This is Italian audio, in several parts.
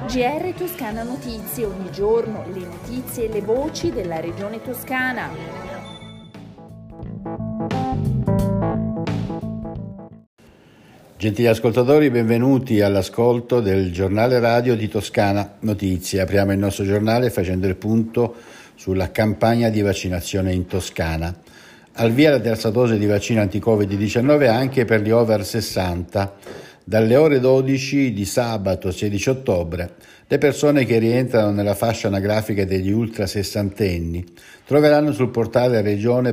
GR Toscana Notizie, ogni giorno le notizie e le voci della regione toscana. Gentili ascoltatori, benvenuti all'ascolto del giornale radio di Toscana Notizie. Apriamo il nostro giornale facendo il punto sulla campagna di vaccinazione in Toscana. Al via la terza dose di vaccino anti-Covid-19 anche per gli over 60. Dalle ore 12 di sabato 16 ottobre le persone che rientrano nella fascia anagrafica degli ultra sessantenni troveranno sul portale regione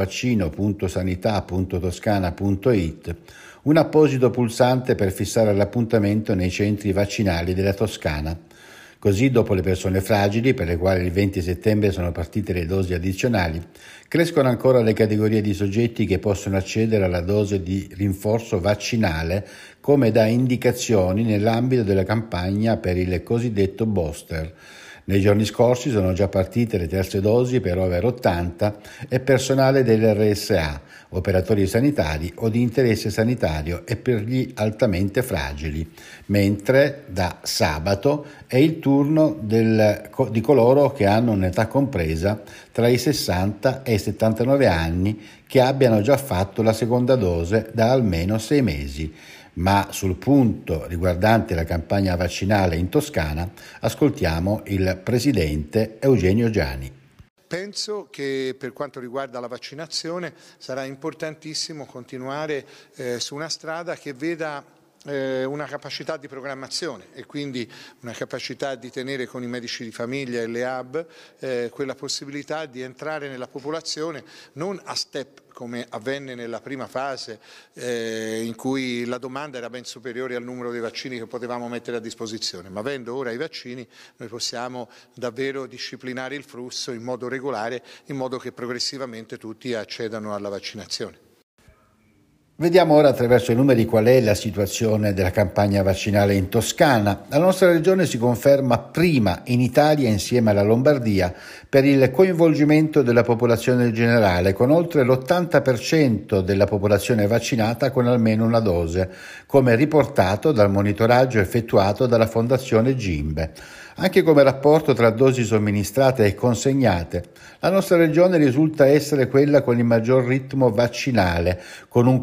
prenotavaccino.sanità.toscana.it un apposito pulsante per fissare l'appuntamento nei centri vaccinali della Toscana. Così, dopo le persone fragili, per le quali il 20 settembre sono partite le dosi addizionali, crescono ancora le categorie di soggetti che possono accedere alla dose di rinforzo vaccinale, come da indicazioni nell'ambito della campagna per il cosiddetto booster. Nei giorni scorsi sono già partite le terze dosi per over 80 e personale dell'RSA, operatori sanitari o di interesse sanitario e per gli altamente fragili, mentre da sabato è il turno di coloro che hanno un'età compresa tra i 60 e i 79 anni che abbiano già fatto la seconda dose da almeno 6 mesi. Ma sul punto riguardante la campagna vaccinale in Toscana ascoltiamo il presidente Eugenio Giani. Penso che per quanto riguarda la vaccinazione sarà importantissimo continuare su una strada che veda una capacità di programmazione e quindi una capacità di tenere con i medici di famiglia e le hub quella possibilità di entrare nella popolazione non a step come avvenne nella prima fase in cui la domanda era ben superiore al numero dei vaccini che potevamo mettere a disposizione, ma avendo ora i vaccini noi possiamo davvero disciplinare il flusso in modo regolare, in modo che progressivamente tutti accedano alla vaccinazione. Vediamo ora attraverso i numeri qual è la situazione della campagna vaccinale in Toscana. La nostra regione si conferma prima in Italia insieme alla Lombardia per il coinvolgimento della popolazione generale, con oltre l'80% della popolazione vaccinata con almeno una dose, come riportato dal monitoraggio effettuato dalla Fondazione Gimbe. Anche come rapporto tra dosi somministrate e consegnate, la nostra regione risulta essere quella con il maggior ritmo vaccinale, con un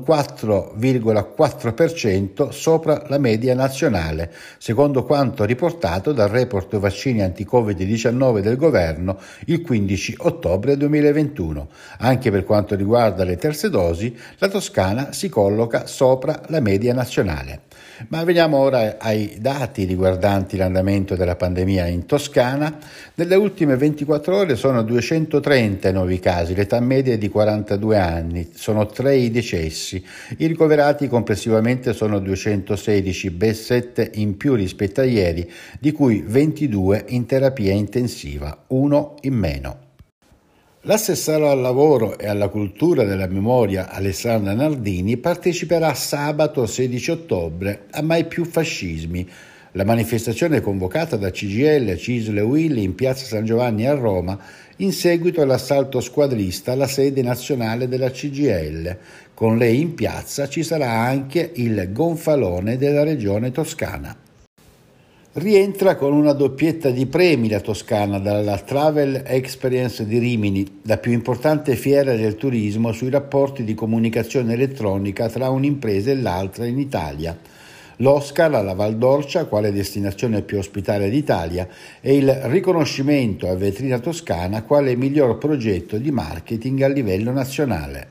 4,4% sopra la media nazionale, secondo quanto riportato dal report vaccini anti-Covid-19 del governo il 15 ottobre 2021. Anche per quanto riguarda le terze dosi, la Toscana si colloca sopra la media nazionale. Ma veniamo ora ai dati riguardanti l'andamento della pandemia in Toscana. Nelle ultime 24 ore sono 230 i nuovi casi, l'età media è di 42 anni, sono 3 i decessi. I ricoverati complessivamente sono 216, ben 7 in più rispetto a ieri, di cui 22 in terapia intensiva, 1 in meno. L'assessore al lavoro e alla cultura della memoria Alessandra Nardini parteciperà sabato 16 ottobre a Mai più fascismi. La manifestazione è convocata da CGIL, CISL e UIL in piazza San Giovanni a Roma in seguito all'assalto squadrista alla sede nazionale della CGIL. Con lei in piazza ci sarà anche il gonfalone della regione toscana. Rientra con una doppietta di premi la Toscana dalla Travel Experience di Rimini, la più importante fiera del turismo sui rapporti di comunicazione elettronica tra un'impresa e l'altra in Italia. L'Oscar alla Val d'Orcia, quale destinazione più ospitale d'Italia, e il riconoscimento a Vetrina Toscana quale miglior progetto di marketing a livello nazionale.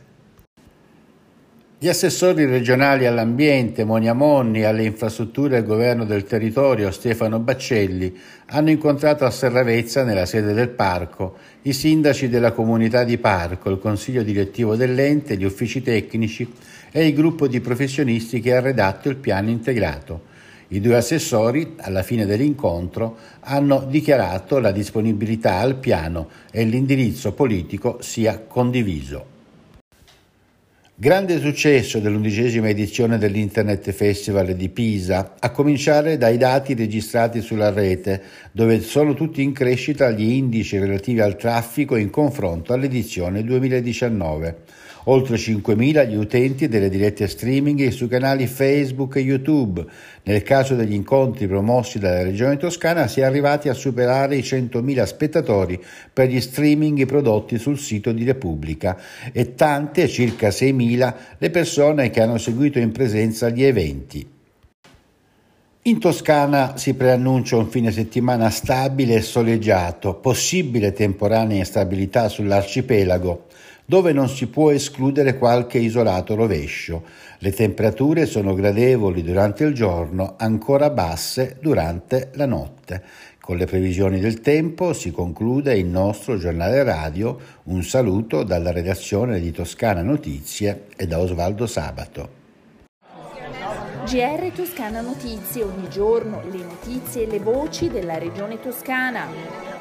Gli assessori regionali all'ambiente Monia Monni e alle infrastrutture e al governo del territorio Stefano Baccelli hanno incontrato a Serravezza, nella sede del parco, i sindaci della comunità di parco, il consiglio direttivo dell'ente, gli uffici tecnici e il gruppo di professionisti che ha redatto il piano integrato. I due assessori, alla fine dell'incontro, hanno dichiarato la disponibilità al piano e l'indirizzo politico sia condiviso. Grande successo dell'11ª edizione dell'Internet Festival di Pisa, a cominciare dai dati registrati sulla rete, dove sono tutti in crescita gli indici relativi al traffico in confronto all'edizione 2019. Oltre 5.000 gli utenti delle dirette streaming sui canali Facebook e YouTube. Nel caso degli incontri promossi dalla Regione Toscana si è arrivati a superare i 100.000 spettatori per gli streaming prodotti sul sito di Repubblica e tante, circa 6.000, le persone che hanno seguito in presenza gli eventi. In Toscana si preannuncia un fine settimana stabile e soleggiato, possibile temporanea instabilità sull'arcipelago, dove non si può escludere qualche isolato rovescio. Le temperature sono gradevoli durante il giorno, ancora basse durante la notte. Con le previsioni del tempo si conclude il nostro giornale radio. Un saluto dalla redazione di Toscana Notizie e da Osvaldo Sabato. GR Toscana Notizie, ogni giorno le notizie e le voci della Regione Toscana.